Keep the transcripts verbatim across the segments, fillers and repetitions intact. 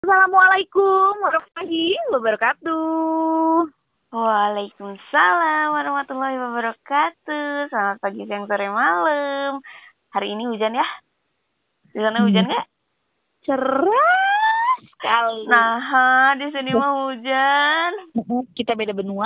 Assalamualaikum warahmatullahi wabarakatuh. Waalaikumsalam warahmatullahi wabarakatuh. Selamat pagi, siang, sore, malam. Hari ini hujan ya? Di sana hujan nggak? Cerah sekali. Nah, di sini mah hujan. Kita beda benua.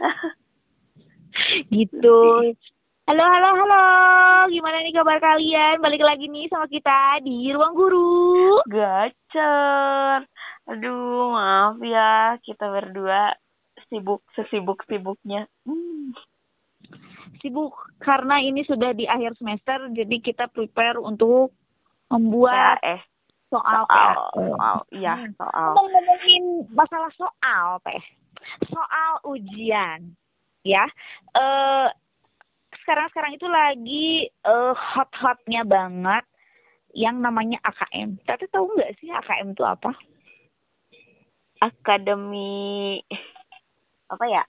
Gitu. Halo, halo, halo. Gimana nih kabar kalian? Balik lagi nih sama kita di Ruang Guru. Gacor. Aduh, maaf ya. Kita berdua sibuk sesibuk-sibuknya. Hmm. Sibuk karena ini sudah di akhir semester, jadi kita prepare untuk membuat P A S. soal Soal, P A S. soal, iya, soal. Ngomongin masalah soal, Teh. Soal ujian. Ya. Eh sekarang-sekarang itu lagi uh, hot-hotnya banget yang namanya A K M. Tapi tahu nggak sih A K M itu apa? Akademi apa ya?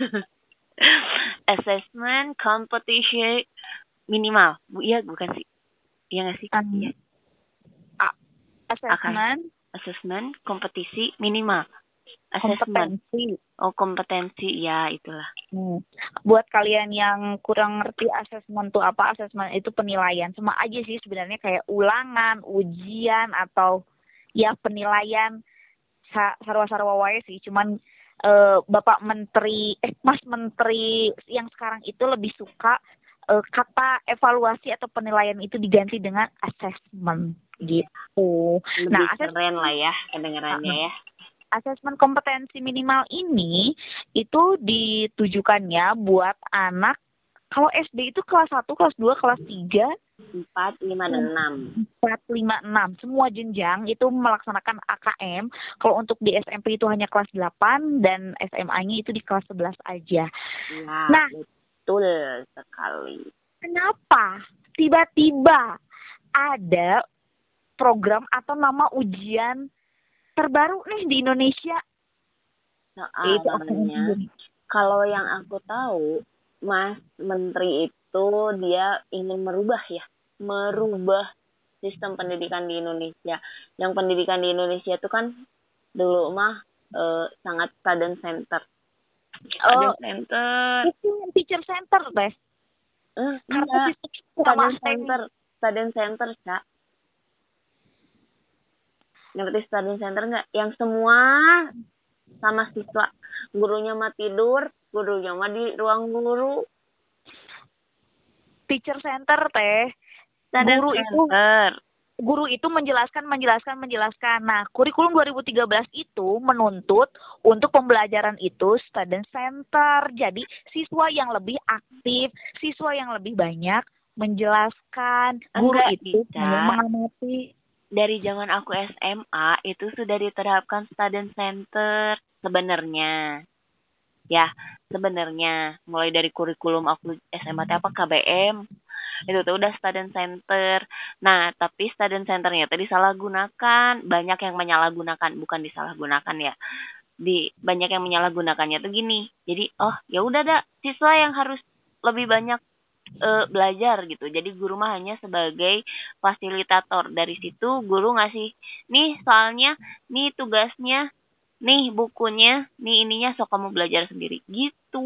Assessment competition minimal. Bu, iya bukan sih? Iya nggak sih? Um, iya. A- assessment. Assessment kompetisi minimal. Assessment. Kompetensi. Oh, kompetensi, ya itulah. Hmm. Buat kalian yang kurang ngerti asesmen itu apa, asesmen itu penilaian. Sama aja sih sebenarnya kayak ulangan, ujian, atau ya penilaian sarwa-sarwa wae sih. Cuman eh, Bapak Menteri, eh Mas Menteri yang sekarang itu lebih suka eh, kata evaluasi atau penilaian itu diganti dengan asesmen gitu. Lebih nah, keren lah ya kedengarannya ya. Asesmen kompetensi minimal ini itu ditujukannya buat anak kalau S D itu kelas satu, kelas dua, kelas tiga, empat, lima, dan enam. empat, lima, enam. Semua jenjang itu melaksanakan A K M. Kalau untuk di S M P itu hanya kelas delapan dan S M A-nya itu di kelas sebelas aja. Ya, nah, betul sekali. Kenapa tiba-tiba ada program atau nama ujian terbaru nih di Indonesia? Soalnya, kalau yang aku tahu, Mas Menteri itu dia ingin merubah ya, merubah sistem pendidikan di Indonesia. Yang pendidikan di Indonesia itu kan dulu mah e, sangat student center. Student oh, center. Itu teacher center, Teh. Eh, Karena student center, student center, Kak. Ngerti student center nggak? Yang semua sama siswa. Gurunya mah tidur, gurunya mah di ruang guru. Teacher center, Teh. Student guru center. itu guru itu menjelaskan, menjelaskan, menjelaskan. Nah, kurikulum dua ribu tiga belas itu menuntut untuk pembelajaran itu student center. Jadi, siswa yang lebih aktif, siswa yang lebih banyak menjelaskan. Guru Enggak, itu hanya mengamati. Dari zaman aku S M A itu sudah diterapkan student center sebenarnya. Ya, sebenarnya mulai dari kurikulum aku S M A apa K B M itu tuh udah student center. Nah, tapi student centernya tadi disalahgunakan, banyak yang menyalahgunakan, bukan disalahgunakan ya. Di banyak yang menyalahgunakannya tuh gini. Jadi, oh, ya udah dah, siswa yang harus lebih banyak Uh, belajar gitu. Jadi guru mah hanya sebagai fasilitator. Dari situ guru ngasih, nih soalnya, nih tugasnya, nih bukunya, nih ininya, so kamu belajar sendiri gitu.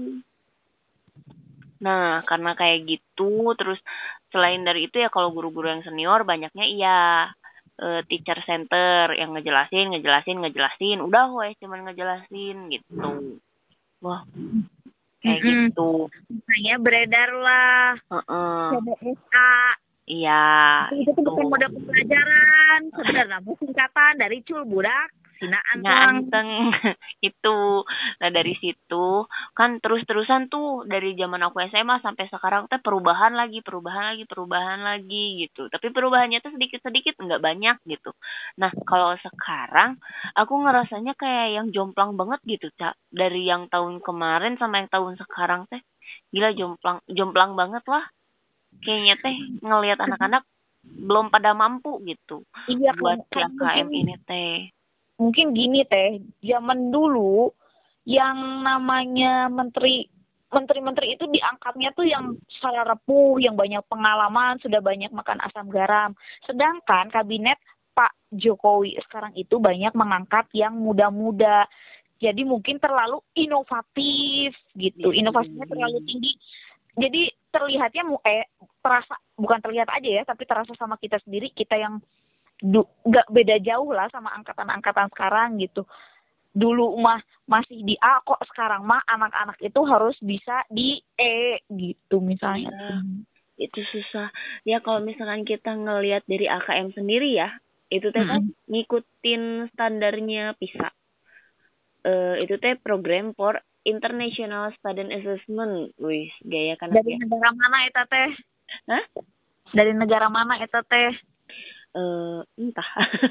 Nah, karena kayak gitu, terus selain dari itu ya kalau guru-guru yang senior banyaknya iya uh, teacher center yang ngejelasin, ngejelasin, ngejelasin. Udah weh cuman ngejelasin gitu. Wah, kayak mm-hmm. gitu. Makanya beredar lah uh-uh. C B S A. Iya. Itu tuh bukan model pembelajaran, sebenarnya singkatan dari cul budak Sina Anteng. Itu. Nah dari situ kan terus-terusan tuh dari zaman aku S M A sampai sekarang teh perubahan lagi, perubahan lagi, perubahan lagi gitu. Tapi perubahannya tuh sedikit-sedikit, enggak banyak gitu. Nah kalau sekarang aku ngerasanya kayak yang jomplang banget gitu, Cak. Dari yang tahun kemarin sama yang tahun sekarang teh gila jomplang, jomplang banget lah. Kayaknya teh ngelihat anak-anak belum pada mampu gitu. Iya, buat kan, K M ini teh. Mungkin gini Teh, zaman dulu yang namanya menteri menteri-menteri itu diangkatnya tuh yang secara repuh, yang banyak pengalaman, sudah banyak makan asam garam. Sedangkan kabinet Pak Jokowi sekarang itu banyak mengangkat yang muda-muda. Jadi mungkin terlalu inovatif gitu. Iya, Inovasinya terlalu tinggi. Jadi terlihatnya mu- eh terasa bukan terlihat aja ya, tapi terasa sama kita sendiri, kita yang du- nggak beda jauh lah sama angkatan-angkatan sekarang gitu. Dulu mah masih di A, kok sekarang mah anak-anak itu harus bisa di E gitu misalnya. iya, itu susah. Ya kalau misalkan kita ngelihat dari A K M sendiri ya, itu teh kan Mm-mm. ngikutin standarnya PISA. Eh itu teh program for International Student Assessment. Wih, gaya kan Dari ya. negara mana eta teh? Hah? Dari negara mana eta teh? Eh entah.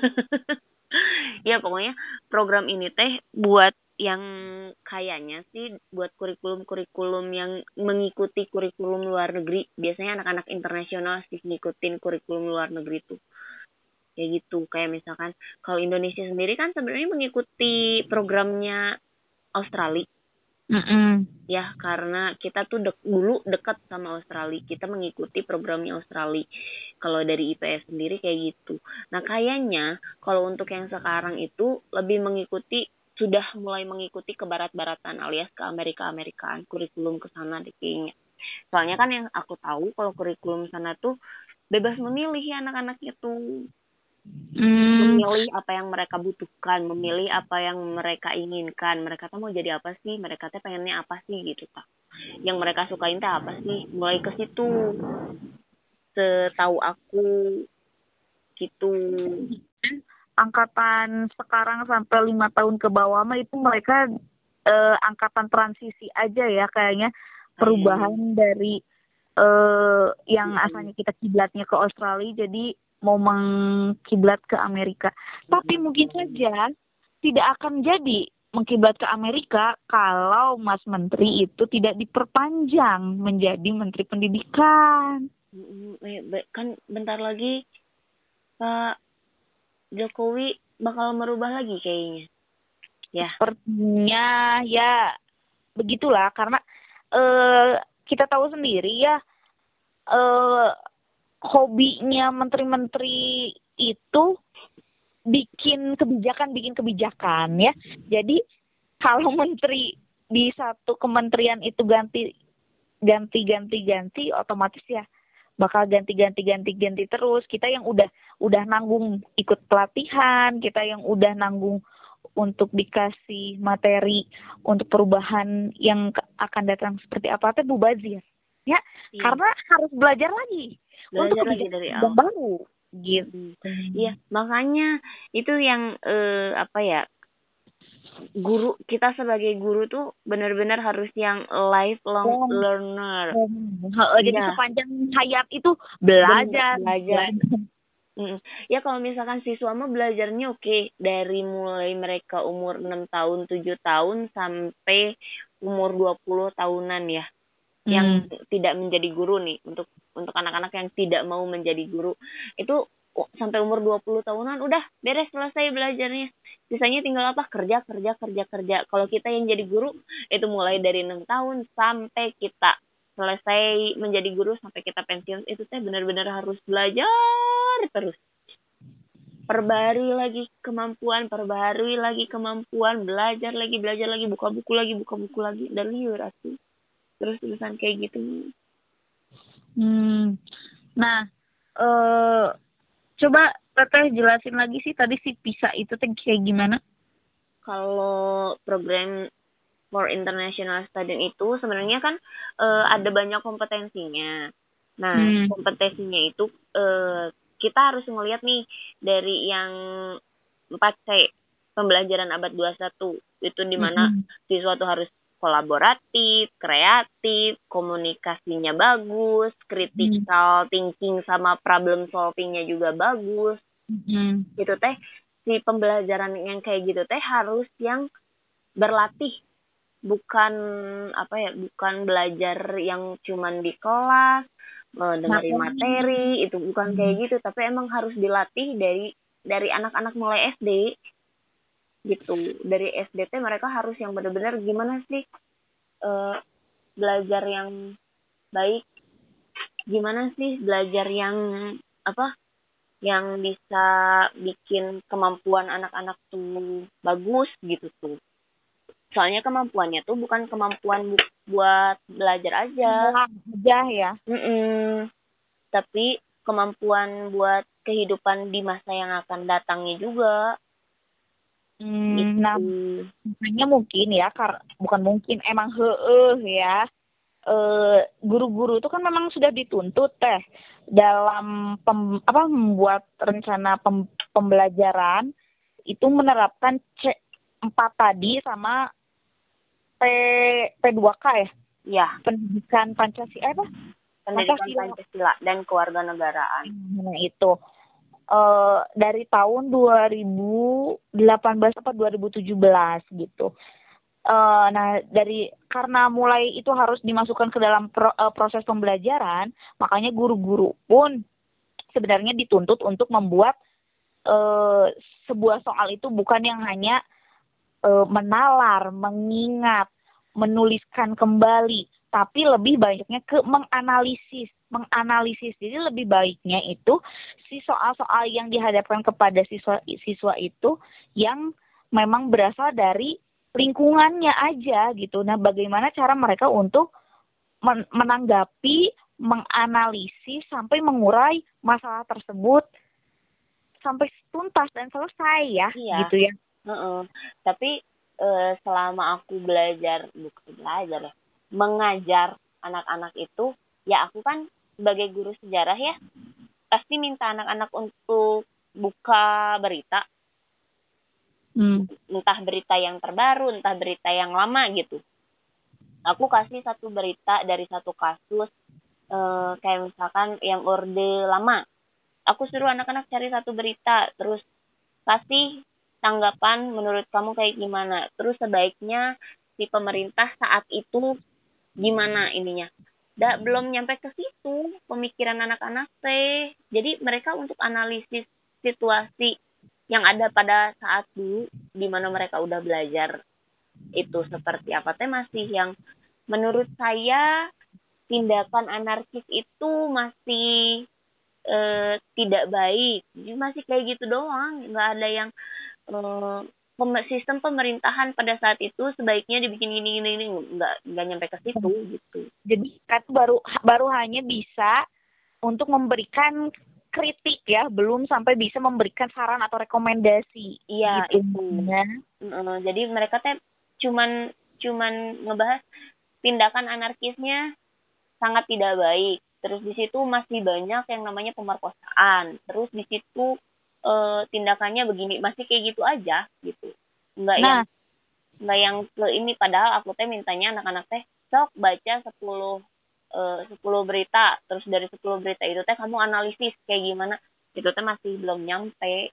Ya pokoknya program ini teh buat yang kayaknya sih buat kurikulum-kurikulum yang mengikuti kurikulum luar negeri. Biasanya anak-anak internasional sih ngikutin kurikulum luar negeri tuh. Ya gitu, kayak misalkan kalau Indonesia sendiri kan sebenarnya mengikuti programnya Australia. Mm-mm. Ya, karena kita tuh dek, dulu dekat sama Australia. Kita mengikuti programnya Australia. Kalau dari I P S sendiri kayak gitu. Nah, kayaknya kalau untuk yang sekarang itu lebih mengikuti, sudah mulai mengikuti ke barat-baratan alias ke Amerika-Amerikaan. Kurikulum ke sana deh kayaknya. Soalnya kan yang aku tahu kalau kurikulum sana tuh bebas memilih ya anak-anaknya tuh. Hmm. Memilih apa yang mereka butuhkan, memilih apa yang mereka inginkan. Mereka tuh mau jadi apa sih? Mereka tuh pengennya apa sih gitu, Kak. Yang mereka sukain tuh apa sih? Mulai ke situ. Setahu aku gitu. Angkatan sekarang sampai lima tahun ke bawah mah itu mereka eh, angkatan transisi aja ya kayaknya, perubahan dari eh, yang Mm-mm. asalnya kita kiblatnya ke Australia jadi mau mengkiblat ke Amerika. Tapi mungkin saja tidak akan jadi mengkiblat ke Amerika kalau Mas Menteri itu tidak diperpanjang menjadi Menteri Pendidikan. Mm-mm. Eh, be- kan bentar lagi Pak Jokowi bakal merubah lagi kayaknya. Ya. Sepertinya ya begitulah karena eh, kita tahu sendiri ya, eh, hobinya menteri-menteri itu bikin kebijakan bikin kebijakan ya. Jadi kalau menteri di satu kementerian itu ganti ganti ganti ganti otomatis ya bakal ganti ganti ganti ganti terus. Kita yang udah udah nanggung ikut pelatihan, kita yang udah nanggung untuk dikasih materi untuk perubahan yang ke- akan datang seperti apa teh mubazir ya, Iya. karena harus belajar lagi untuk Belajar lagi kebijakan dari yang awal. baru gitu. Mm. Iya, makanya itu yang eh, apa ya? Guru kita sebagai guru tuh benar-benar harus yang lifelong Oh, learner. Heeh, jadi Iya, sepanjang hayat itu bener, belajar belajar. Mm. Ya kalau misalkan siswa mah belajarnya oke dari mulai mereka umur enam tahun, tujuh tahun sampai umur dua puluh tahunan ya. Yang Hmm. tidak menjadi guru nih, untuk untuk anak-anak yang tidak mau menjadi guru itu oh, sampai umur dua puluh tahunan udah beres selesai belajarnya. Sisanya tinggal apa? Kerja, kerja, kerja, kerja. Kalau kita yang jadi guru itu mulai dari enam tahun sampai kita selesai menjadi guru sampai kita pensiun itu teh benar-benar harus belajar terus. Perbarui lagi kemampuan, perbarui lagi kemampuan, belajar lagi, belajar lagi, buka buku lagi, buka buku lagi, dan liur atuh. Terus terusan kayak gitu. Hmm. Nah, eh coba Teteh jelasin lagi sih tadi si PISA itu teh kayak gimana? Kalau program for international student itu sebenarnya kan eh, ada banyak kompetensinya. Nah, Hmm. kompetensinya itu eh, kita harus melihat nih dari yang empat C, pembelajaran abad dua puluh satu. Itu dimana Mm-mm. siswa tuh harus kolaboratif, kreatif, komunikasinya bagus, critical thinking sama problem solvingnya juga bagus. Mm-mm. Gitu teh, si pembelajaran yang kayak gitu teh harus yang berlatih, bukan apa ya, bukan belajar yang cuman di kelas eh, dengerin Materi. materi, itu bukan kayak gitu, tapi emang harus dilatih dari dari anak-anak mulai S D gitu. Dari S D teh mereka harus yang benar-benar gimana sih eh, belajar yang baik, gimana sih belajar yang apa yang bisa bikin kemampuan anak-anak tuh bagus gitu tuh. Soalnya kemampuannya tuh bukan kemampuan bu- buat belajar aja, Pulang aja ya. Mm-mm. tapi kemampuan buat kehidupan di masa yang akan datangnya juga Hmm, nah, gitu. makanya mungkin ya, kar bukan mungkin, emang heeh ya. Eh, guru-guru itu kan memang sudah dituntut teh dalam pem, apa membuat rencana pem- pembelajaran itu menerapkan C empat tadi sama P p dua k ya, Ya, pendidikan Pancasila, eh, apa? pendidikan Pancasila. Pancasila dan kewarganegaraan. Nah, itu eh dari tahun dua ribu delapan belas apa dua ribu tujuh belas gitu. Eh, nah, dari karena mulai itu harus dimasukkan ke dalam pro- eh, proses pembelajaran, makanya guru-guru pun sebenarnya dituntut untuk membuat eh, sebuah soal itu bukan yang hanya eh, menalar, mengingat, menuliskan kembali, tapi lebih banyaknya ke menganalisis, menganalisis. Jadi lebih baiknya itu si soal-soal yang dihadapkan kepada siswa siswa itu yang memang berasal dari lingkungannya aja gitu. Nah, bagaimana cara mereka untuk men- menanggapi, menganalisis sampai mengurai masalah tersebut sampai tuntas dan selesai ya, Iya. gitu ya. Heeh. Tapi eh, selama aku belajar, bukan belajar ya, mengajar anak-anak itu, ya aku kan sebagai guru sejarah ya, pasti minta anak-anak untuk buka berita, Hmm. entah berita yang terbaru, entah berita yang lama gitu. Aku kasih satu berita dari satu kasus, eh, kayak misalkan yang orde lama. Aku suruh anak-anak cari satu berita, terus kasih tanggapan menurut kamu kayak gimana. Terus sebaiknya si pemerintah saat itu gimana ininya. Da, belum nyampe ke situ pemikiran anak-anak teh. Jadi mereka untuk analisis situasi yang ada pada saat dulu di mana mereka udah belajar itu seperti apa teh masih yang menurut saya tindakan anarkis itu masih eh, tidak baik. Jadi masih kayak gitu doang, nggak ada yang eh, pem- sistem pemerintahan pada saat itu sebaiknya dibikin gini gini gini nggak nggak nyampe ke situ gitu. Jadi kan baru baru hanya bisa untuk memberikan kritik ya, belum sampai bisa memberikan saran atau rekomendasi Iya gitu. itu. Ya. Eh, jadi mereka teh cuman cuman ngebahas tindakan anarkisnya sangat tidak baik. Terus di situ masih banyak yang namanya pemerkosaan. Terus di situ eh, tindakannya begini, masih kayak gitu aja gitu. Nggak yang Nah, nggak yang ke ini padahal aku teh mintanya anak-anak teh sok baca sepuluh eh, sepuluh berita. Terus dari sepuluh berita itu teh kamu analisis kayak gimana. Itu teh masih belum nyampe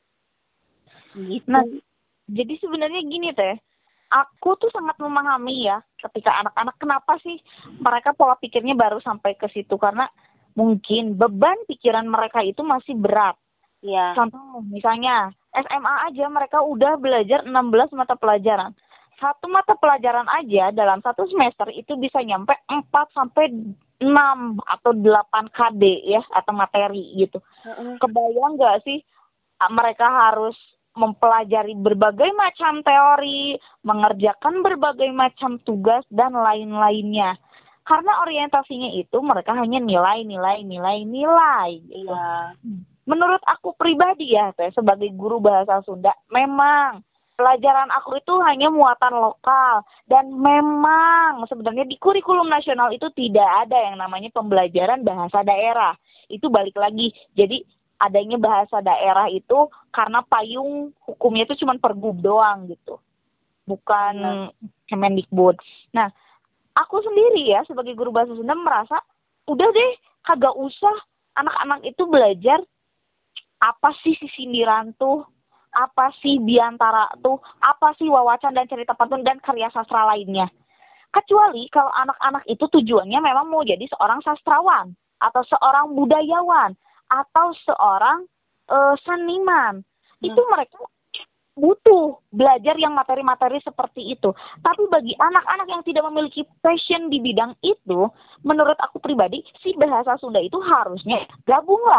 gitu. nah, jadi sebenarnya gini teh, aku tuh sangat memahami ya ketika anak-anak kenapa sih mereka pola pikirnya baru sampai ke situ, karena mungkin beban pikiran mereka itu masih berat. Iya. Contoh misalnya S M A aja mereka udah belajar enam belas mata pelajaran. Satu mata pelajaran aja dalam satu semester itu bisa nyampe empat sampai enam atau delapan K D ya, atau materi gitu. Heeh. Kebayang nggak sih ah, mereka harus mempelajari berbagai macam teori, mengerjakan berbagai macam tugas dan lain-lainnya. Karena orientasinya itu mereka hanya nilai, nilai, nilai, nilai gitu. Iya. Menurut aku pribadi ya, teh sebagai guru bahasa Sunda, memang pelajaran aku itu hanya muatan lokal dan memang sebenarnya di kurikulum nasional itu tidak ada yang namanya pembelajaran bahasa daerah. Itu balik lagi. Jadi adanya bahasa daerah itu karena payung hukumnya itu cuma Pergub doang gitu. Bukan Iya. Kemendikbud. Nah, aku sendiri ya sebagai guru bahasa Sunda merasa udah deh kagak usah anak-anak itu belajar apa sih si sindiran tuh, apa sih biantara tuh, apa sih wawacan dan cerita pantun dan karya sastra lainnya. Kecuali kalau anak-anak itu tujuannya memang mau jadi seorang sastrawan atau seorang budayawan atau seorang eh, seniman. Hmm. Itu mereka butuh belajar yang materi-materi seperti itu. Tapi bagi anak-anak yang tidak memiliki passion di bidang itu, menurut aku pribadi, si bahasa Sunda itu harusnya gabunglah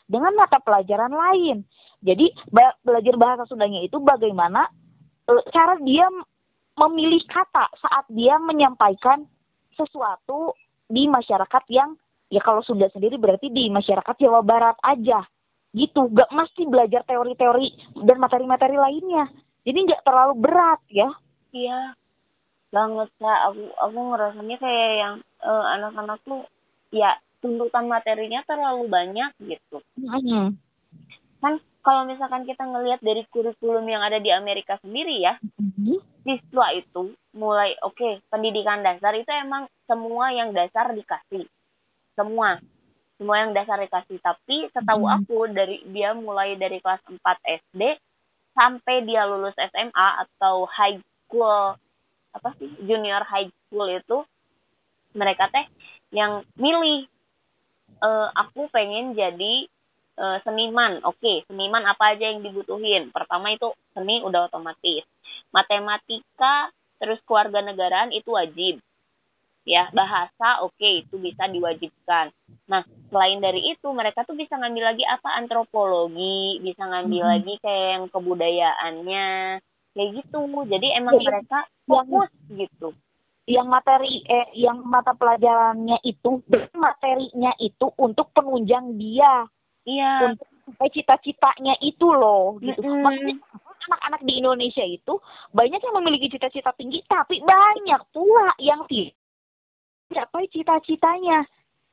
dengan mata pelajaran lain. Jadi ba- belajar bahasa Sundanya itu bagaimana eh, cara dia memilih kata saat dia menyampaikan sesuatu di masyarakat yang ya kalau Sunda sendiri berarti di masyarakat Jawa Barat aja gitu, gak mesti belajar teori-teori dan materi-materi lainnya, jadi nggak terlalu berat ya. Iya banget Kak, aku aku ngerasanya kayak yang eh, anak-anak tuh ya tuntutan materinya terlalu banyak gitu Mm-hmm. kan. Kalau misalkan kita ngelihat dari kurikulum yang ada di Amerika sendiri ya, Mm-hmm. siswa itu mulai oke okay, pendidikan dasar itu emang semua yang dasar dikasih, semua semua yang dasar dikasih, tapi setahu Mm-hmm. aku dari dia mulai dari kelas empat S D sampai dia lulus S M A atau high school, apa sih, junior high school, itu mereka teh yang milih e, aku pengen jadi e, seniman. Oke, seniman apa aja yang dibutuhin? Pertama itu seni udah otomatis. Matematika terus kewarganegaraan itu wajib. Ya, bahasa oke okay, itu bisa diwajibkan. Nah, selain dari itu mereka tuh bisa ngambil lagi apa? Antropologi, bisa ngambil Mm-hmm. lagi kayak yang kebudayaannya, kayak gitu. Jadi emang Ya, mereka yang fokus gitu. yang materi eh yang mata pelajarannya itu dan materinya itu untuk penunjang dia Iya. untuk sampai cita-citanya itu loh gitu. Mm-mm. Makanya anak-anak di Indonesia itu banyak yang memiliki cita-cita tinggi tapi banyak pula yang tidak capai cita-citanya.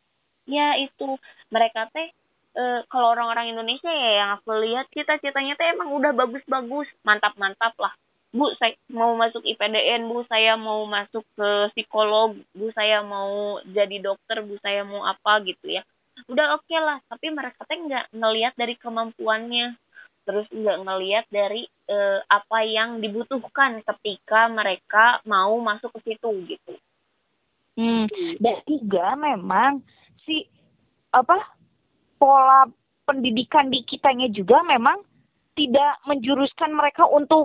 Ya itu mereka teh e, kalau orang-orang Indonesia ya yang aku lihat cita-citanya teh emang udah bagus-bagus, mantap-mantap lah. Bu, saya mau masuk I P D N, Bu, saya mau masuk ke psikolog, Bu, saya mau jadi dokter, Bu, saya mau apa gitu ya. Udah oke okay lah, tapi mereka teh nggak ngelihat dari kemampuannya, terus nggak ngelihat dari e, apa yang dibutuhkan ketika mereka mau masuk ke situ gitu. Hmm. Dan juga memang si apa pola pendidikan di kitanya juga memang tidak menjuruskan mereka untuk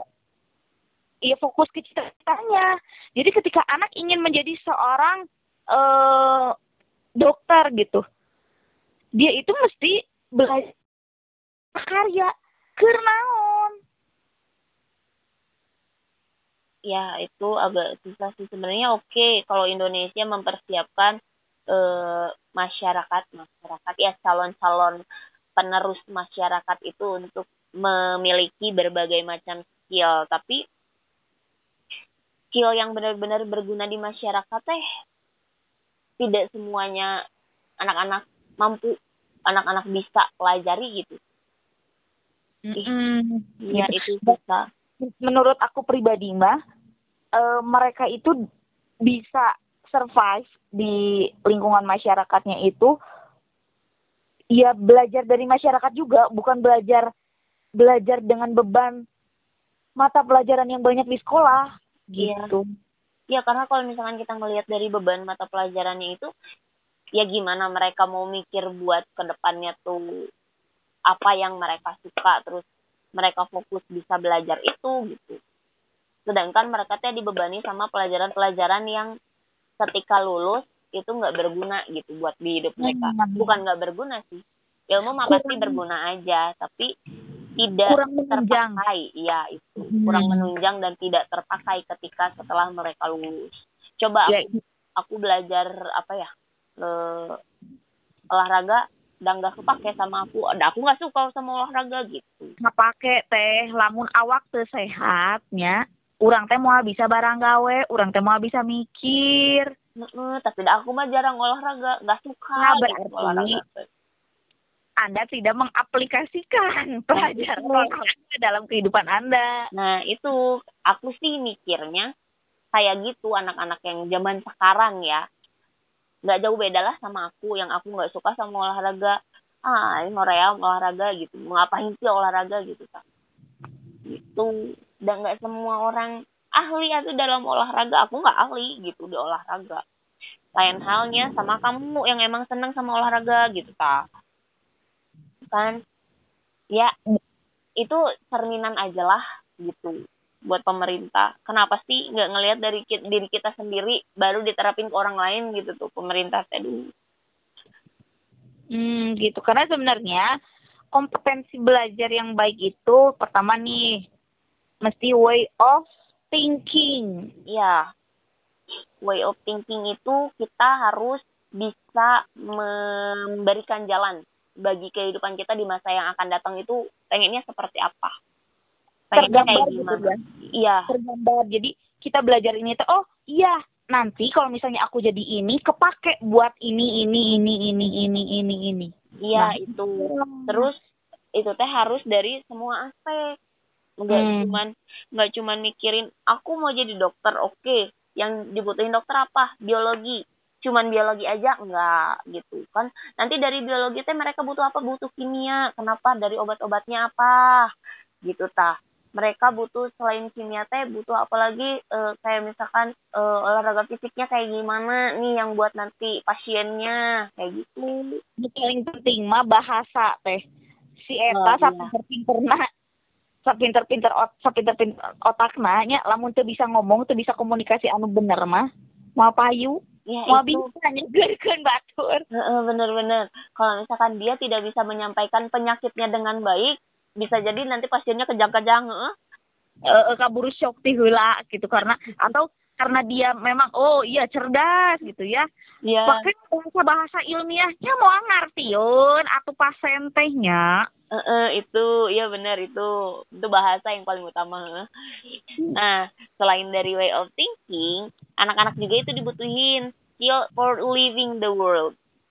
ya fokus ke cita-citanya. Jadi ketika anak ingin menjadi seorang eh, dokter gitu, dia itu mesti belajar karya kernaon. Ya itu agak susah sih sebenarnya. Oke kalau Indonesia mempersiapkan eh, masyarakat masyarakat ya calon-calon penerus masyarakat itu untuk memiliki berbagai macam skill, tapi skill yang benar-benar berguna di masyarakat teh tidak semuanya anak-anak mampu, anak-anak bisa pelajari gitu. Mm-mm. Iya Gitu. itu susah. Menurut aku pribadi mah eh, mereka itu bisa survive di lingkungan masyarakatnya itu ya belajar dari masyarakat juga, bukan belajar belajar dengan beban mata pelajaran yang banyak di sekolah gitu. Iya, karena kalau misalkan kita ngelihat dari beban mata pelajarannya itu, ya gimana mereka mau mikir buat ke depannya tuh apa yang mereka suka, terus mereka fokus bisa belajar itu gitu. Sedangkan mereka tuh dibebani sama pelajaran-pelajaran yang ketika lulus itu nggak berguna gitu buat di hidup mereka. Bukan nggak berguna sih, ilmu mah pasti berguna aja, tapi tidak kurang menunjang. terpakai, iya itu hmm. kurang menunjang dan tidak terpakai ketika setelah mereka lulus. Coba aku, ya. aku belajar apa ya e, olahraga dan nggak kepake sama aku, ada aku nggak suka sama olahraga gitu. Nggak pakai teh, lamun awak teh sehatnya, urang teh mau bisa barang gawe, urang teh mau bisa mikir. Nah, tapi aku mah jarang olahraga, nggak suka. Nah, berarti gitu, olahraga. Anda tidak mengaplikasikan pelajaran nah, olahraga dalam kehidupan Anda. Nah, itu aku sih mikirnya kayak gitu anak-anak yang zaman sekarang ya. Nggak jauh beda lah sama aku, yang aku nggak suka sama olahraga. Ah, ini Korea olahraga gitu. Mau ngapain sih olahraga gitu, Kak. Gitu. Dan nggak semua orang ahli itu dalam olahraga. Aku nggak ahli gitu di olahraga. Lain halnya sama kamu yang emang seneng sama olahraga gitu, Kak. Kan ya itu cerminan aja lah gitu buat pemerintah. Kenapa sih nggak ngelihat dari diri kita sendiri baru diterapin ke orang lain gitu tuh pemerintah teh dulu. Hmm gitu, karena sebenarnya kompetensi belajar yang baik itu pertama nih mesti way of thinking. Iya, way of thinking itu kita harus bisa memberikan jalan bagi kehidupan kita di masa yang akan datang itu pengennya seperti apa. Pengennya Tergambar kayak gitu gimana. ya. Iya, Tergambar. Jadi kita belajar ini tuh, oh iya nanti kalau misalnya aku jadi ini kepake buat ini ini ini ini ini ini ini. iya Nah, itu. Terus itu teh harus dari semua aspek. Nggak Hmm. cuman nggak cuman mikirin aku mau jadi dokter, oke. Yang dibutuhin dokter apa? Biologi. Cuman biologi aja enggak gitu kan. Nanti dari biologi teh mereka butuh apa? Butuh kimia. Kenapa? Dari obat-obatnya apa? Gitu tah. Mereka butuh selain kimia teh butuh apalagi eh, kayak misalkan eh, olahraga fisiknya kayak gimana nih yang buat nanti pasiennya kayak gitu. Yang paling penting mah bahasa teh. Si Oh, eta iya. sapinter-pinterna sapinter-pinter ot, sapinter-pinter otakna nya lamun teu bisa ngomong, teu bisa komunikasi anu bener mah mau payu, Ya mau itu. bisa nyegerkeun batur. Heeh, bener-bener. Kalau misalkan dia tidak bisa menyampaikan penyakitnya dengan baik, bisa jadi nanti pasiennya kejang-kejang. Heeh. Eh, kaburu syok ti heula gitu karena atau karena dia memang oh iya cerdas gitu ya. Iya. Pakai bahasa bahasa ilmiahnya mau ngartieun atuh pasien teh nya. Heeh, itu, iya benar itu. Itu bahasa yang paling utama. Heeh. Nah, selain dari way of thinking, anak-anak juga itu dibutuhin skill for living the world.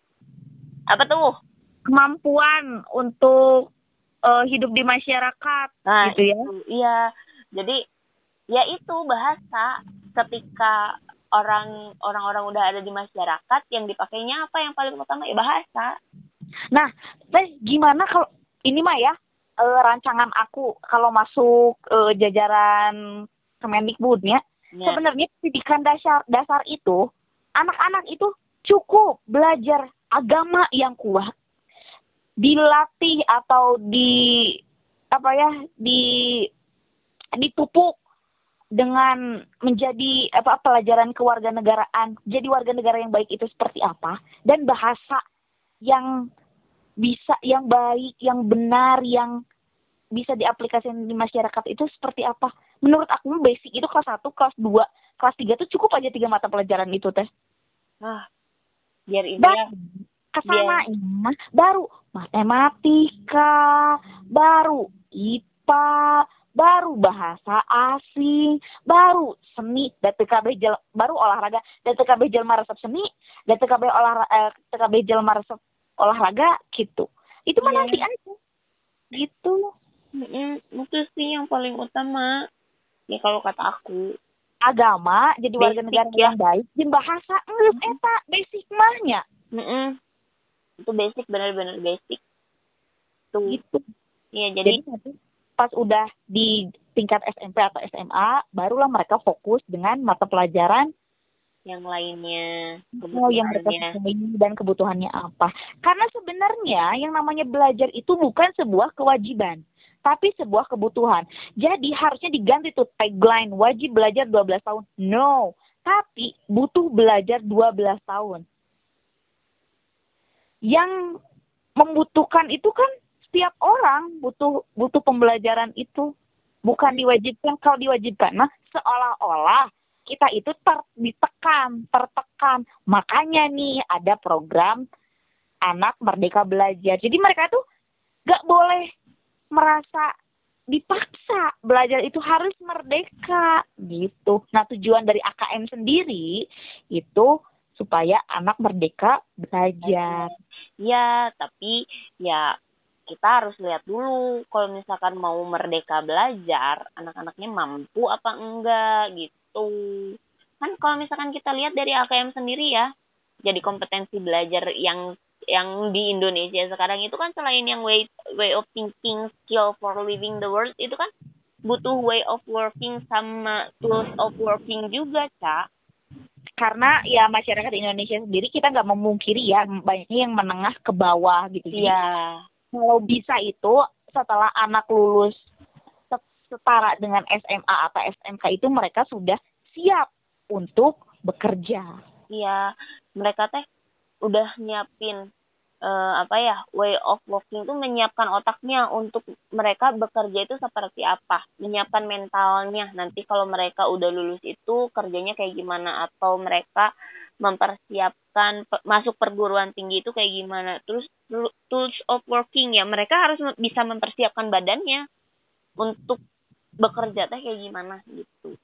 Apa tuh? Kemampuan untuk eh, hidup di masyarakat Nah, gitu ya. itu, iya. Jadi, ya itu bahasa ketika orang orang-orang udah ada di masyarakat yang dipakainya apa yang paling utama ya bahasa. Nah, teh gimana kalau ini mah ya eh, rancangan aku kalau masuk eh, jajaran Kemendikbudnya, Ya. sebenarnya pendidikan dasar dasar itu anak-anak itu cukup belajar agama yang kuat, dilatih atau di apa ya di dipupuk dengan menjadi apa pelajaran kewarganegaraan. Jadi warga negara yang baik itu seperti apa dan bahasa yang bisa yang baik, yang benar, yang bisa diaplikasikan di masyarakat itu seperti apa? Menurut aku basic itu kelas satu, kelas dua, kelas tiga tuh cukup aja tiga mata pelajaran itu teh. Nah, biar ini Dan ya. kesananya baru matematika, baru I P A, baru bahasa asing, baru seni, dan T K B jel, baru olahraga, dan T K B jelma resep seni, dan T K B olahraga, eh, T K B jelma resep olahraga gitu. Itu mah Iya. nanti aja. Gitu. Mm-mm, itu sih yang paling utama. Ya kalau kata aku. Agama jadi warga Basic, negara ya. yang baik, jeung bahasa geus eta basic mahnya. Mm-mm. Itu basic, benar-benar basic. Tuh. Gitu. Iya, jadi, Jadi nanti pas udah di tingkat S M P atau S M A, barulah mereka fokus dengan mata pelajaran yang lainnya, oh, yang mereka kebutuhannya. sukai dan kebutuhannya apa. Karena sebenarnya yang namanya belajar itu bukan sebuah kewajiban, tapi sebuah kebutuhan. Jadi harusnya diganti tuh tagline, wajib belajar dua belas tahun. No, tapi butuh belajar dua belas tahun. Yang membutuhkan itu kan setiap orang butuh butuh pembelajaran itu. Bukan diwajibkan. Kalau diwajibkan, nah seolah-olah kita itu ter, ditekan, tertekan. Makanya nih ada program Anak Merdeka Belajar. Jadi mereka tuh gak boleh merasa dipaksa. Belajar itu harus merdeka gitu. Nah tujuan dari A K M sendiri itu supaya anak merdeka belajar. Ya, tapi ya kita harus lihat dulu kalau misalkan mau merdeka belajar, anak-anaknya mampu apa enggak gitu. Kan kalau misalkan kita lihat dari A K M sendiri ya, jadi kompetensi belajar yang yang di Indonesia sekarang itu kan selain yang way way of thinking, skill for living the world, itu kan butuh way of working sama tools of working juga, Cak. Karena ya masyarakat Indonesia sendiri kita nggak memungkiri ya banyaknya yang menengah ke bawah gitu. Iya. Kalau bisa itu setelah anak lulus setara dengan S M A atau S M K itu mereka sudah siap untuk bekerja. Iya, mereka teh udah nyiapin eh, apa ya, way of working tuh menyiapkan otaknya untuk mereka bekerja itu seperti apa, menyiapkan mentalnya nanti kalau mereka udah lulus itu kerjanya kayak gimana, atau mereka mempersiapkan pe- masuk perguruan tinggi itu kayak gimana. Terus tu- tools of working ya, mereka harus me- bisa mempersiapkan badannya untuk bekerja teh kayak gimana gitu.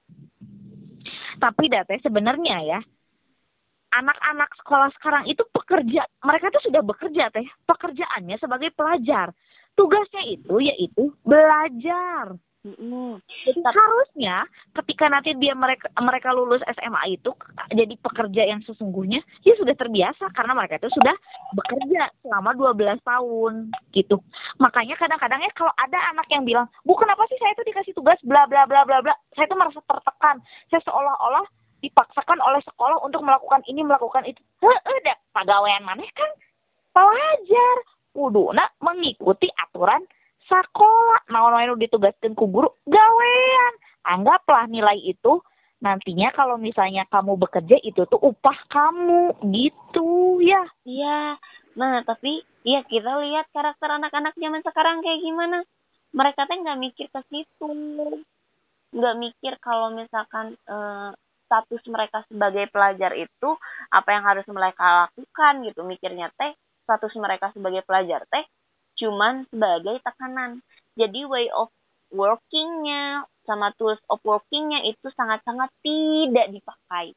Tapi data sebenarnya ya, anak-anak sekolah sekarang itu pekerja, mereka tuh sudah bekerja teh. Pekerjaannya sebagai pelajar. Tugasnya itu yaitu belajar. Mm-mm. Jadi Tapi harusnya ketika nanti dia mereka mereka lulus S M A itu jadi pekerja yang sesungguhnya, dia sudah terbiasa karena mereka itu sudah bekerja selama dua belas tahun gitu. Makanya kadang-kadang ya kalau ada anak yang bilang, "Bu, kenapa sih saya itu dikasih tugas bla bla bla bla bla?" Saya itu merasa tertekan. Saya seolah-olah dipaksakan oleh sekolah untuk melakukan ini, melakukan itu. Heeh, dah pagawean maneh kan pelajar kuduna mengikuti aturan sakola. Naon wae nu ditugaskeun ku guru gawean. Anggaplah nilai itu nantinya kalau misalnya kamu bekerja itu tuh upah kamu gitu ya. iya, nah tapi ya kita lihat karakter anak-anak zaman sekarang kayak gimana. Mereka teh nggak mikir ke situ, nggak mikir kalau misalkan eh, status mereka sebagai pelajar itu apa yang harus mereka lakukan gitu. Mikirnya teh status mereka sebagai pelajar teh cuman sebagai tekanan. Jadi way of workingnya sama tools of workingnya itu sangat-sangat tidak dipakai,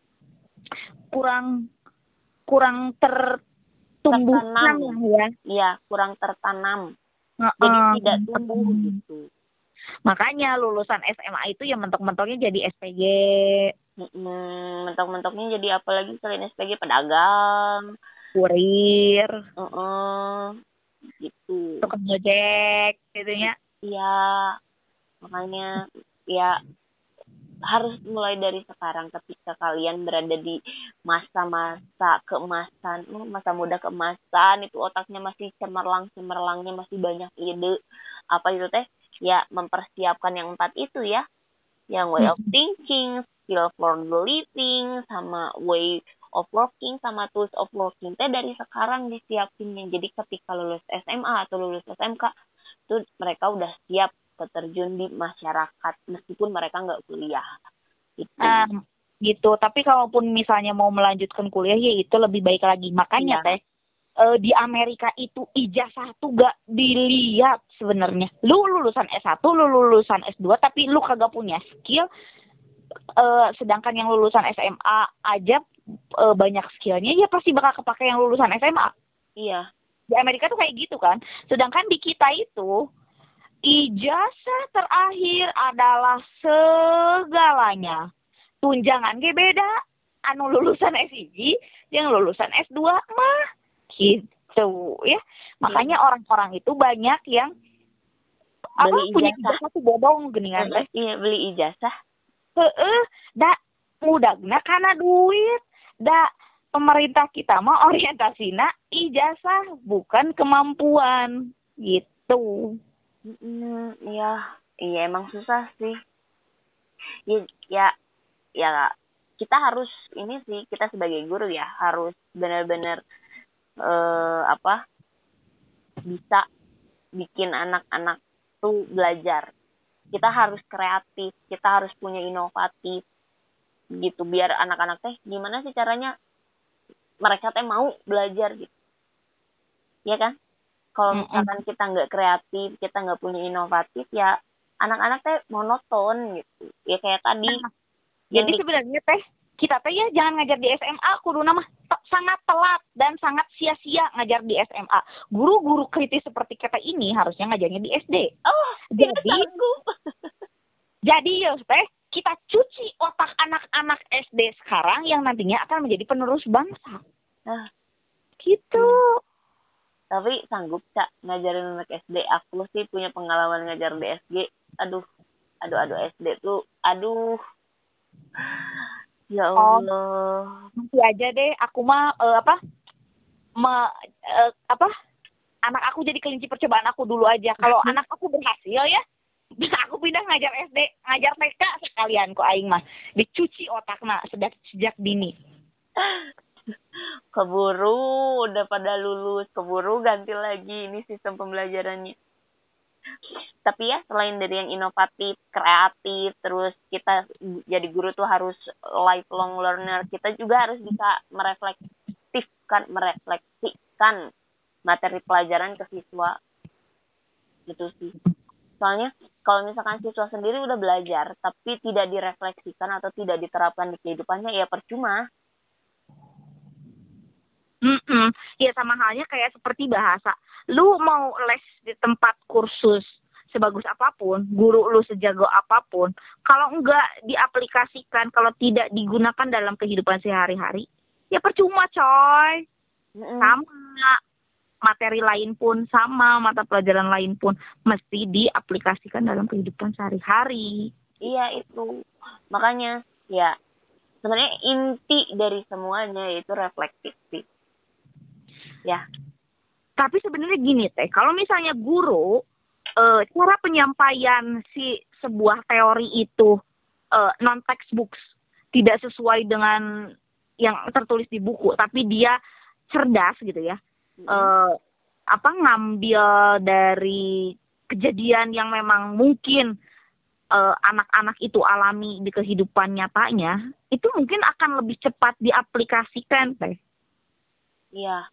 Kurang kurang tertumbuhkan tertanam, lah ya. ya kurang tertanam. Jadi Heeh. tidak tumbuh gitu. Makanya lulusan S M A itu ya mentok-mentoknya jadi S P G, Mm-mm, mentok-mentoknya jadi apalagi selain S P G, pedagang. kurir, Heeh, gitu. tukang ojek gitu ya. Iya, makanya ya harus mulai dari sekarang ketika kalian berada di masa-masa keemasan, oh, masa muda keemasan itu otaknya masih cemerlang-cemerlangnya, masih banyak ide. Apa itu teh? Ya mempersiapkan yang empat itu ya, yang way of thinking, skill for the living, sama way of working, sama tools of working teh dari sekarang disiapinnya. Jadi ketika lulus S M A atau lulus S M K itu mereka udah siap terjun di masyarakat meskipun mereka nggak kuliah itu. Nah, gitu. Tapi kalaupun misalnya mau melanjutkan kuliah ya itu lebih baik lagi. Makanya Iya. teh eh, di Amerika itu ijazah tuh gak dilihat sebenarnya. Lu lulusan S satu, lu lulusan S dua tapi lu kagak punya skill. Eh, sedangkan yang lulusan S M A aja eh, banyak skillnya, ya pasti bakal kepake yang lulusan S M A. Iya. Di Amerika tuh kayak gitu kan. Sedangkan di kita itu ijazah terakhir adalah segalanya. Tunjangan ge beda. Anu lulusan S I G yang lulusan S dua mah gitu ya. Makanya orang-orang itu banyak yang apa Beli punya ijazah. ijazah tuh bodong geningan teh. Iya, beli ijazah. Heeh, da mudahna karena duit. Da pemerintah kita mah orientasina ijazah bukan kemampuan gitu. Mm, iya, iya emang susah sih. Ya, ya, ya kita harus ini sih, kita sebagai guru ya harus benar-benar eh, apa bisa bikin anak-anak tuh belajar. Kita harus kreatif, kita harus punya inovatif gitu biar anak-anak teh gimana sih caranya mereka teh mau belajar gitu. Ya kan? Kalau misalkan kita nggak kreatif, kita nggak punya inovatif ya anak-anak teh monoton gitu. Ya kayak tadi. Nah, yang jadi di, sebenarnya teh kita teh ya jangan ngajar di S M A, kudu nama sangat telat dan sangat sia-sia ngajar di S M A. Guru-guru kritis seperti kita ini harusnya ngajarnya di S D. oh, tidak Jadi sanggup. jadi ya teh kita cuci otak anak-anak S D sekarang yang nantinya akan menjadi penerus bangsa. Nah, Gitu. tapi sanggup Cak ngajarin anak S D. Aku sih punya pengalaman ngajar di S D. Aduh, aduh, aduh S D tuh, aduh. Ya Oh, Allah. nanti aja deh aku mah eh, apa me, eh, apa anak aku jadi kelinci percobaan aku dulu aja. Kalau anak aku berhasil ya, aku pindah ngajar S D, ngajar T K sekalian ku aing mah. Dicuci otakna sejak sejak dini. Keburu udah pada lulus, keburu ganti lagi ini sistem pembelajarannya. Tapi ya selain dari yang inovatif, kreatif, terus kita jadi guru tuh harus lifelong learner, kita juga harus bisa merefleksifkan, merefleksikan materi pelajaran ke siswa. Gitu sih. Soalnya kalau misalkan siswa sendiri udah belajar, tapi tidak direfleksikan atau tidak diterapkan di kehidupannya, ya percuma. Mm-mm. Ya sama halnya kayak seperti bahasa. Lu mau les di tempat kursus sebagus apapun, guru lu sejago apapun, kalau enggak diaplikasikan, kalau tidak digunakan dalam kehidupan sehari-hari, ya percuma coy. Mm-mm. Sama materi lain pun, sama mata pelajaran lain pun, mesti diaplikasikan dalam kehidupan sehari-hari. Iya itu. Makanya ya sebenarnya inti dari semuanya yaitu refleksif sih. Ya. Tapi sebenarnya gini teh, kalau misalnya guru e, cara penyampaian si sebuah teori itu e, non textbooks, tidak sesuai dengan yang tertulis di buku, tapi dia cerdas gitu ya, mm-hmm. e, apa ngambil dari kejadian yang memang mungkin e, anak-anak itu alami di kehidupan nyatanya, itu mungkin akan lebih cepat diaplikasikan teh. Iya.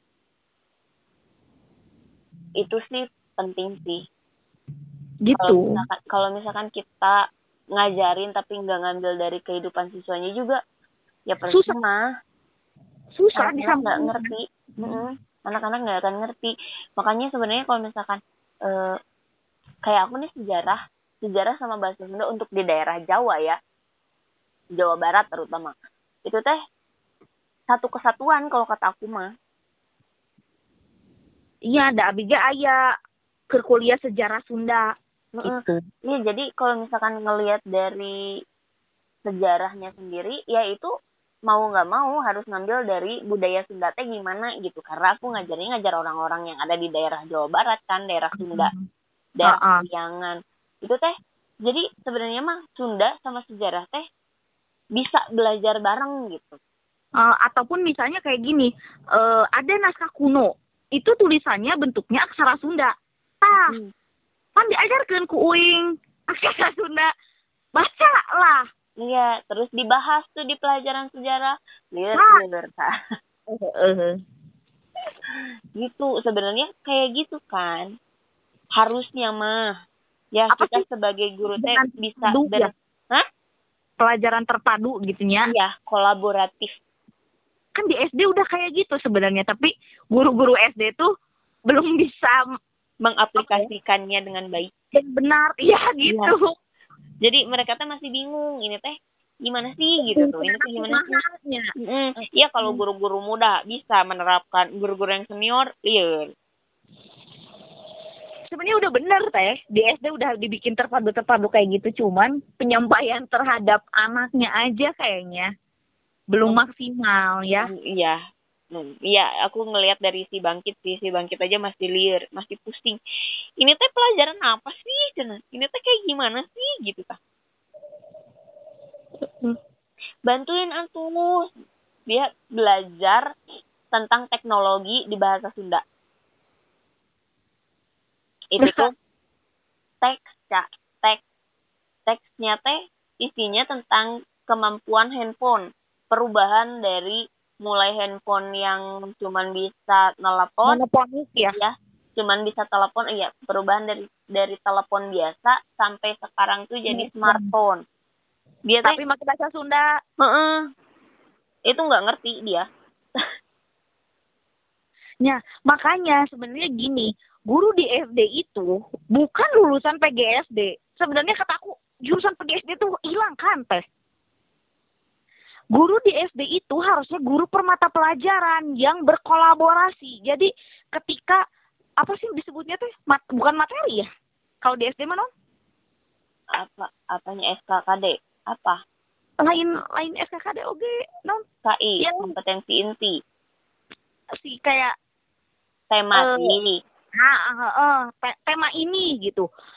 Itu sih penting sih. Gitu. Kalau misalkan, kalau misalkan kita ngajarin tapi nggak ngambil dari kehidupan siswanya juga, ya percuma. Susah. Susah anak-anak nggak ngerti. Mm-hmm. Anak-anak nggak akan ngerti. Makanya sebenarnya kalau misalkan eh, kayak aku nih sejarah, sejarah sama bahasa Sunda untuk di daerah Jawa ya, Jawa Barat terutama, itu teh satu kesatuan kalau kata aku mah. Iya, ada abiga aya ke kuliah sejarah Sunda gitu. Iya, jadi kalau misalkan ngelihat dari sejarahnya sendiri, ya itu mau nggak mau harus ngambil dari budaya Sunda teh gimana gitu. Karena aku ngajarnya ngajar orang-orang yang ada di daerah Jawa Barat kan, daerah Sunda, mm-hmm. daerah Priangan. Itu teh, jadi sebenarnya mah Sunda sama sejarah teh bisa belajar bareng gitu. Uh, ataupun misalnya kayak gini, uh, ada naskah kuno. Itu tulisannya bentuknya aksara Sunda. Tah, hmm. kan diajarkan ku uing aksara Sunda. Baca lah. Iya, terus dibahas tuh di pelajaran sejarah. Liur-liur. Uh, uh. Gitu, sebenarnya kayak gitu kan. Harusnya mah. Ya, apa kita sih? Sebagai guru teh bisa ber... Ya? Hah? Pelajaran terpadu gitunya. Iya, kolaboratif. Kan di S D udah kayak gitu sebenarnya, tapi guru-guru S D tuh belum bisa mengaplikasikannya okay. dengan baik. Dan benar, iya gitu. Ya. Jadi mereka tuh masih bingung, ini teh gimana sih gitu tuh, ini tuh gimana sih? Iya, mm. kalau guru-guru muda bisa menerapkan, guru-guru yang senior, iya. Sebenarnya udah benar teh, di S D udah dibikin terpadu-terpadu kayak gitu, cuman penyampaian terhadap anaknya aja kayaknya belum maksimal ya. Iya. Iya, aku ngelihat dari si Bangkit sih, si Bangkit aja masih liar, masih pusing. Ini teh pelajaran apa sih? Ini teh kayak gimana sih gitu kan. Bantuin atuh dia belajar tentang teknologi di bahasa Sunda. Itu tuh teks, Kak. Teks. Teksnya teh isinya tentang kemampuan handphone. Perubahan dari mulai handphone yang cuman bisa telepon, monoponik ya, ya, cuman bisa telepon, iya, perubahan dari dari telepon biasa sampai sekarang tuh jadi hmm. smartphone. Dia tapi pakai bahasa Sunda. Heeh. Itu nggak ngerti dia. Ya, makanya sebenarnya gini, guru di S D itu bukan lulusan P G S D. Sebenarnya kataku jurusan P G S D tuh hilang kan, teh. Guru di S D itu harusnya guru permata pelajaran yang berkolaborasi. Jadi ketika apa sih disebutnya tuh mat, bukan materi ya? Kalau di S D mana? Apa apanya S K K D? Apa? Lain lain S K K D oke, non? K I yang kompetensi inti. Si kayak tema uh, ini. Nah, uh, uh, te- tema ini gitu.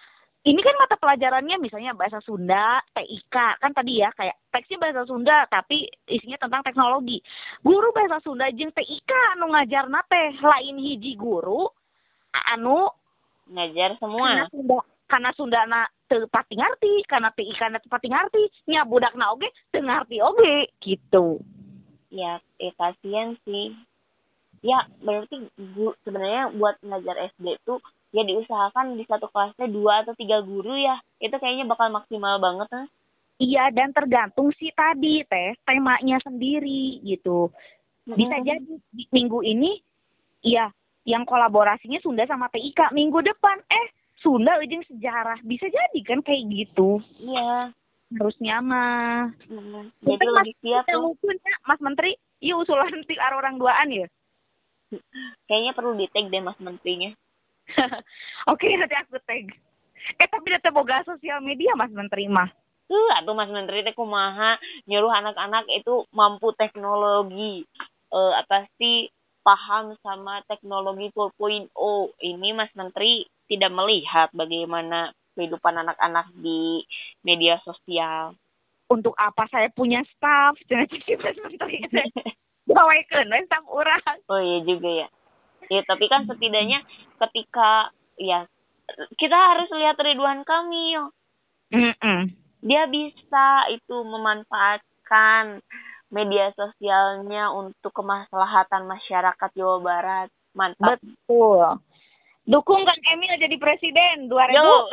ini kan mata pelajarannya misalnya bahasa Sunda, T I K, kan tadi ya kayak teksnya bahasa Sunda tapi isinya tentang teknologi. Guru bahasa Sunda jeung T I K anu ngajarna teh lain hiji guru anu Ngajar karena semua. Sunda karena Sundana teu pati ngarti, karena T I K na teu pati ngarti, nya budakna oge teu ngarti oge gitu. Ya, eh kasihan sih. Ya, berarti gu- sebenarnya buat ngajar S D tuh ya diusahakan di satu kelasnya dua atau tiga guru ya. Itu kayaknya bakal maksimal banget kan. Iya, dan tergantung sih tadi teh temanya sendiri gitu. Bisa Mm-mm. jadi di minggu ini iya yang kolaborasinya Sunda sama T I K, minggu depan eh Sunda ujung sejarah. Bisa jadi kan kayak gitu. Iya. Harusnya mah. Mm. Jadi Mungkin Mas lebih siap yang tuh. usulnya, Mas Menteri, iya usulan ti orang duaan ya. Kayaknya perlu di-tag deh Mas Menterinya. Oke, nanti aku tag. Eh tapi nanti boga sosial media Mas Menteri mah. Tuh, atuh Mas Menteri teh kumaha nyuruh anak-anak itu mampu teknologi. Eh apa sih paham sama teknologi empat titik nol. Ini Mas Menteri tidak melihat bagaimana kehidupan anak-anak di media sosial. Untuk apa saya punya staff? Jangan cicip Mas Menteri. Gawekeun we staff urang. Oh iya juga ya. Ya tapi kan setidaknya ketika ya kita harus lihat Ridwan Kamil. Mm-mm. Dia bisa itu memanfaatkan media sosialnya untuk kemaslahatan masyarakat Jawa Barat. Mantap. Betul. Dukung Kang Emil jadi presiden dua ribu. Yo.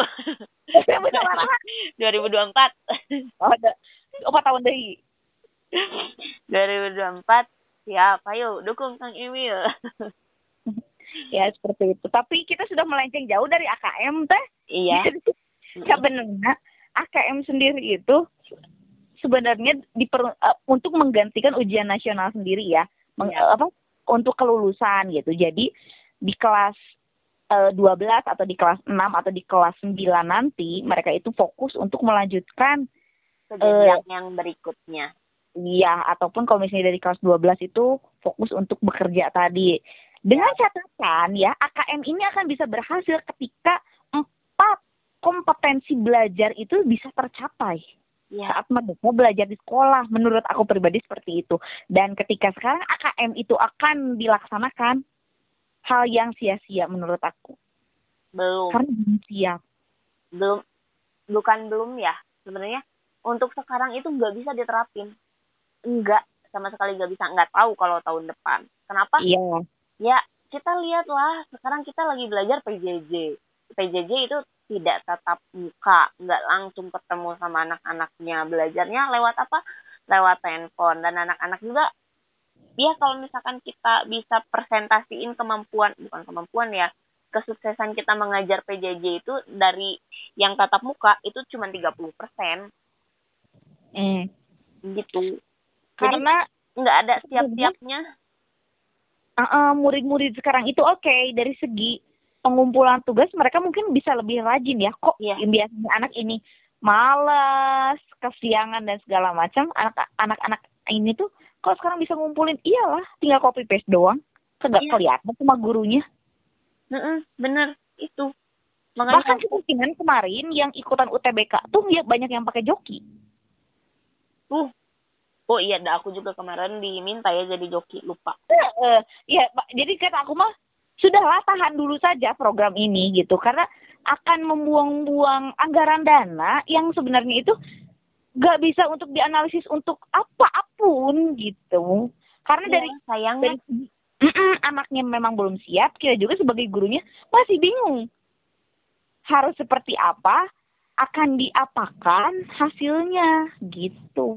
dua ribu dua ribu dua puluh dua puluh empat. Oh, ada. Opat tahun deui. dua ribu dua puluh empat. Siap, ayo dukung Kang Emil. Ya seperti itu. Tapi kita sudah melenceng jauh dari A K M teh. Iya. Sebenarnya A K M sendiri itu sebenarnya diper, uh, untuk menggantikan ujian nasional sendiri ya, Meng, Ya. uh, apa untuk kelulusan gitu. Jadi di kelas uh, dua belas atau di kelas enam atau di kelas sembilan nanti mereka itu fokus untuk melanjutkan ke jenjang uh, yang berikutnya. Iya, ataupun kalau misalnya dari kelas dua belas itu fokus untuk bekerja tadi. Dengan catatan ya, A K M ini akan bisa berhasil ketika empat kompetensi belajar itu bisa tercapai. Ya. Saat mereka belajar di sekolah, menurut aku pribadi seperti itu. Dan ketika sekarang A K M itu akan dilaksanakan, hal yang sia-sia menurut aku. Belum. Karena belum siap. Belum, bukan belum ya. Sebenarnya untuk sekarang itu nggak bisa diterapin. Enggak, sama sekali nggak bisa. Nggak tahu kalau tahun depan. Kenapa? Iya. Ya, kita lihatlah. Sekarang kita lagi belajar P J J. P J J itu tidak tatap muka, nggak langsung ketemu sama anak-anaknya. Belajarnya lewat apa? Lewat handphone. Dan anak-anak juga, ya kalau misalkan kita bisa presentasiin kemampuan, bukan kemampuan ya, kesuksesan kita mengajar P J J itu dari yang tatap muka itu cuma tiga puluh persen. Mm. Gitu. Karena jadi, nggak ada siap-siapnya. Uh, uh, murid-murid sekarang itu oke okay, dari segi pengumpulan tugas mereka mungkin bisa lebih rajin ya. Kok yeah. biasanya anak ini malas, kesiangan dan segala macam. Anak-anak ini tuh kok sekarang bisa ngumpulin, iyalah tinggal copy paste doang. Kagak yeah. kelihatan sama gurunya. Mm-mm, bener itu. Makanya bahkan kemungkinan kemarin yang ikutan U T B K tuh ya banyak yang pakai joki. Uh. Oh iya, dah aku juga kemarin diminta ya jadi joki, lupa. Iya, uh, jadi kata aku mah sudahlah tahan dulu saja program ini gitu karena akan membuang-buang anggaran dana yang sebenarnya itu gak bisa untuk dianalisis untuk apapun gitu. Karena ya, dari sayangnya dari, anaknya memang belum siap, kita juga sebagai gurunya masih bingung harus seperti apa, akan diapakan hasilnya gitu.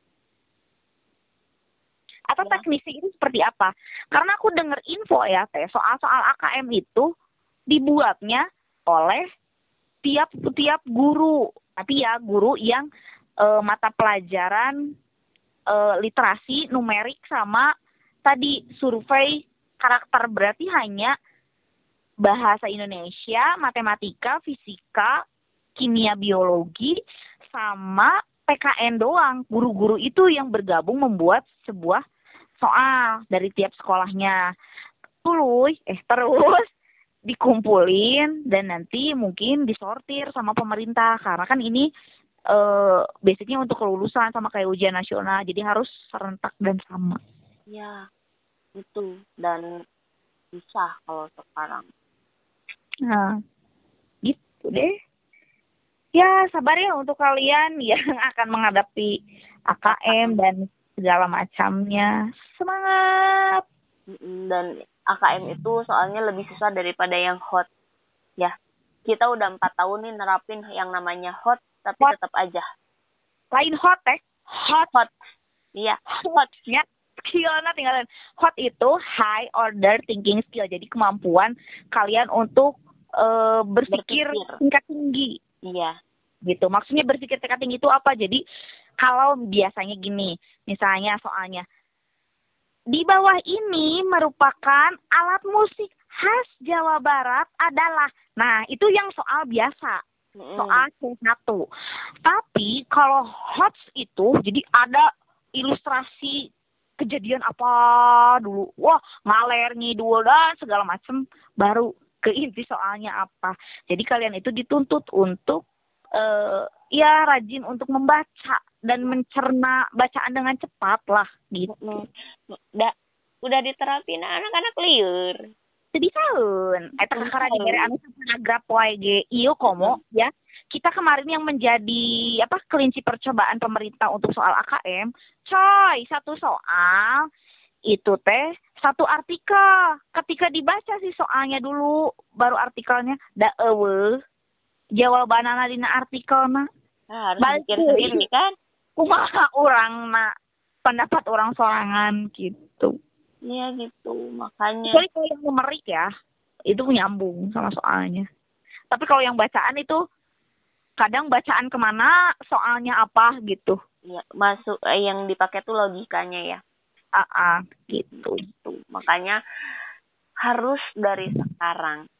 Atau ya. Teknisnya itu seperti apa? Karena aku dengar info ya teh soal-soal A K M itu dibuatnya oleh tiap-tiap guru, tapi ya guru yang e, mata pelajaran e, literasi numerik sama tadi survei karakter, berarti hanya bahasa Indonesia, matematika, fisika, kimia, biologi sama P K N doang. Guru-guru itu yang bergabung membuat sebuah soal dari tiap sekolahnya. Terus, eh terus dikumpulin dan nanti mungkin disortir sama pemerintah karena kan ini eh basicnya untuk kelulusan sama kayak ujian nasional jadi harus serentak dan sama. Ya, itu. Dan susah kalau sekarang. Nah, gitu deh. Ya, sabar ya untuk kalian yang akan menghadapi A K M dan segala macamnya. Semangat! Dan A K M itu soalnya lebih susah daripada yang hot. Ya, kita udah empat tahun nih nerapin yang namanya hot, tapi Hot. tetap aja. Lain hot eh. Hot. Hot. Iya, hot. Ya, skillnya tinggalin. Hot itu high order thinking skill. Jadi kemampuan kalian untuk eh, berpikir Berpikir. tingkat tinggi. Iya. Gitu. Maksudnya berpikir tingkat tinggi itu apa? Jadi kalau biasanya gini, misalnya soalnya di bawah ini merupakan alat musik khas Jawa Barat adalah. Nah, itu yang soal biasa. Soal C satu. Tapi kalau hots itu jadi ada ilustrasi kejadian apa dulu. Wah, ngaler ngidul dan segala macem baru ke inti soalnya apa. Jadi kalian itu dituntut untuk uh, ya rajin untuk membaca dan mencerna bacaan dengan cepat lah gitu. Udah, udah diterapin anak-anak liur. Jadi tahun, eta kakara di mere anu paragraf wae ge ieu komo ya. Kita kemarin yang menjadi apa kelinci percobaan pemerintah untuk soal A K M, coy, satu soal itu teh satu artikel. Ketika dibaca sih soalnya dulu, baru artikelnya da eueuh. Jawabanana dina artikelna. Nah, harus mikir sendiri kan? Kumaha urang na pendapat orang sorangan gitu. Iya gitu, makanya. Kecuali kalau yang memerik ya, itu nyambung sama soalnya. Tapi kalau yang bacaan itu, kadang bacaan kemana, soalnya apa gitu. Iya, masuk eh, yang dipakai tuh logikanya ya. Ah, ah, gitu. Gitu. Makanya harus dari sekarang.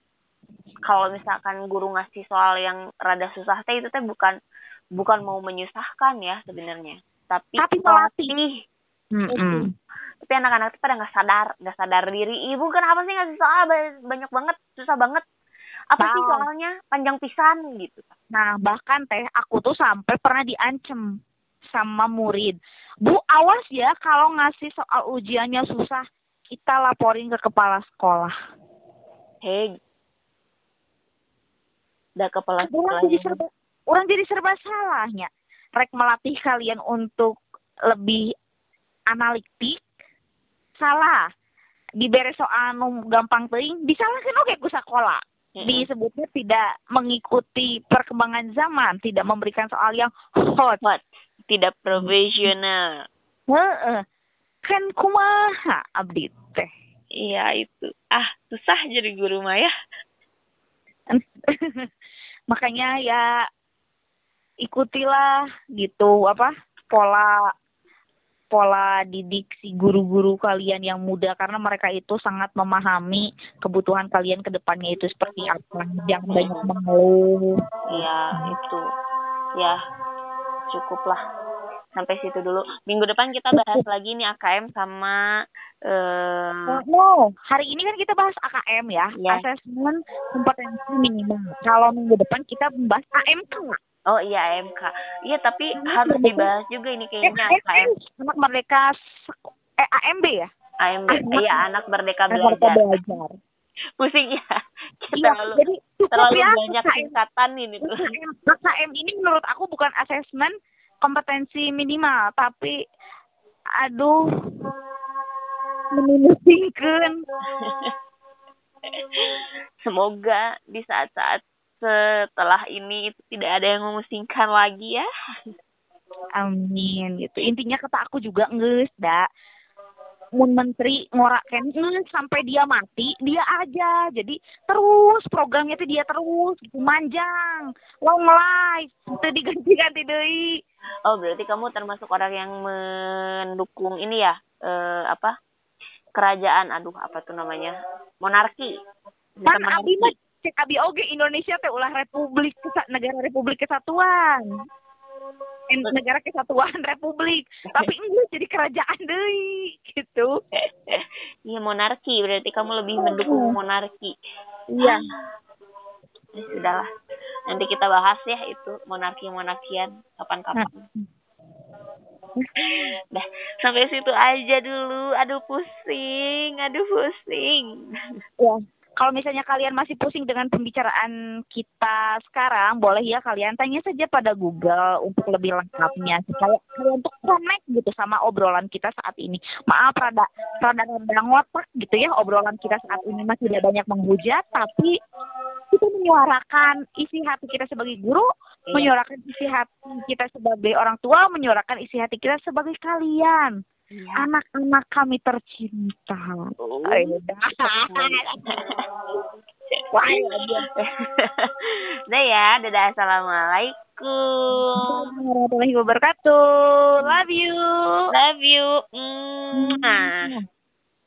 Kalau misalkan guru ngasih soal yang rada susah teh itu teh bukan bukan mau menyusahkan ya sebenarnya, tapi, tapi melatih. Mm-mm. Tapi anak-anak itu pada nggak sadar, nggak sadar diri. Ibu kenapa sih ngasih soal banyak banget, susah banget? Apa nah. sih soalnya panjang pisan gitu? Nah bahkan teh aku tuh sampai pernah diancem sama murid. Bu awas ya kalau ngasih soal ujiannya susah, kita laporin ke kepala sekolah. Hei, udah kepala sekolah. Orang jadi serba, orang jadi serba salahnya. Rek melatih kalian untuk lebih analitik, salah. Dibere soal anu gampang teuing, disalahkeun oge ku sakola. Mm-hmm. Disebutnya tidak mengikuti perkembangan zaman, tidak memberikan soal yang hot, hot. Tidak profesional. Heeh. Kan kumaha abdi teh. Iya itu. Ah, susah jadi guru mah ya. Makanya ya ikutilah gitu apa pola pola didik si guru-guru kalian yang muda karena mereka itu sangat memahami kebutuhan kalian ke depannya itu seperti apa. Jangan banyak mengeluh. Iya, itu. Ya, cukuplah. Sampai situ dulu. Minggu depan kita bahas lagi nih A K M sama uh... no, hari ini kan kita bahas A K M ya, yeah. Asesmen kompetensi minimal. Kalau minggu depan kita membahas A M K. Oh iya A M K. Iya tapi hmm, harus dibahas juga ini kayaknya A K M. Anak Merdeka eh A M B ya? A M B. Iya, Anak Merdeka Belajar. belajar. Pusing ya. Kita iya, terlalu, jadi terlalu ya, banyak singkatan ini tuh. A K M ini menurut aku bukan asesmen kompetensi minimal, tapi aduh memusingkan. Semoga di saat-saat setelah ini itu tidak ada yang memusingkan lagi ya. Amin gitu. Intinya kata aku juga geus da. Mun menteri ngorakeun geus sampai dia mati, dia aja. Jadi terus programnya tuh dia terus gitu manjang. Long life, teu diganti-ganti deui. Oh, berarti kamu termasuk orang yang mendukung ini ya? Eh, apa? Kerajaan, aduh apa tuh namanya? Monarki. Kan abi mah cek abi oge Indonesia teh ulah republik negara Republik Kesatuan. Negara Kesatuan Republik. Tapi enggak jadi kerajaan deui gitu. Iya monarki, berarti kamu lebih mendukung monarki. Iya. Ya sudahlah. Nanti kita bahas ya itu monarki-monarkian kapan-kapan. Dah, sampai situ aja dulu. Aduh pusing, aduh pusing. Ya. Kalau misalnya kalian masih pusing dengan pembicaraan kita sekarang, boleh ya kalian tanya saja pada Google untuk lebih lengkapnya supaya kalian untuk connect gitu sama obrolan kita saat ini. Maaf rada rada rada ngotak gitu ya, obrolan kita saat ini masih tidak banyak menghujat, tapi kita menyuarakan isi hati kita sebagai guru, Iya. menyuarakan isi hati kita sebagai orang tua, menyuarakan isi hati kita sebagai kalian. Iya. Anak-anak kami tercinta. Oh. Ayo dah. Wah, Udah ya, dadah, assalamualaikum. warahmatullahi wabarakatuh. Love you. Love you. Mwah.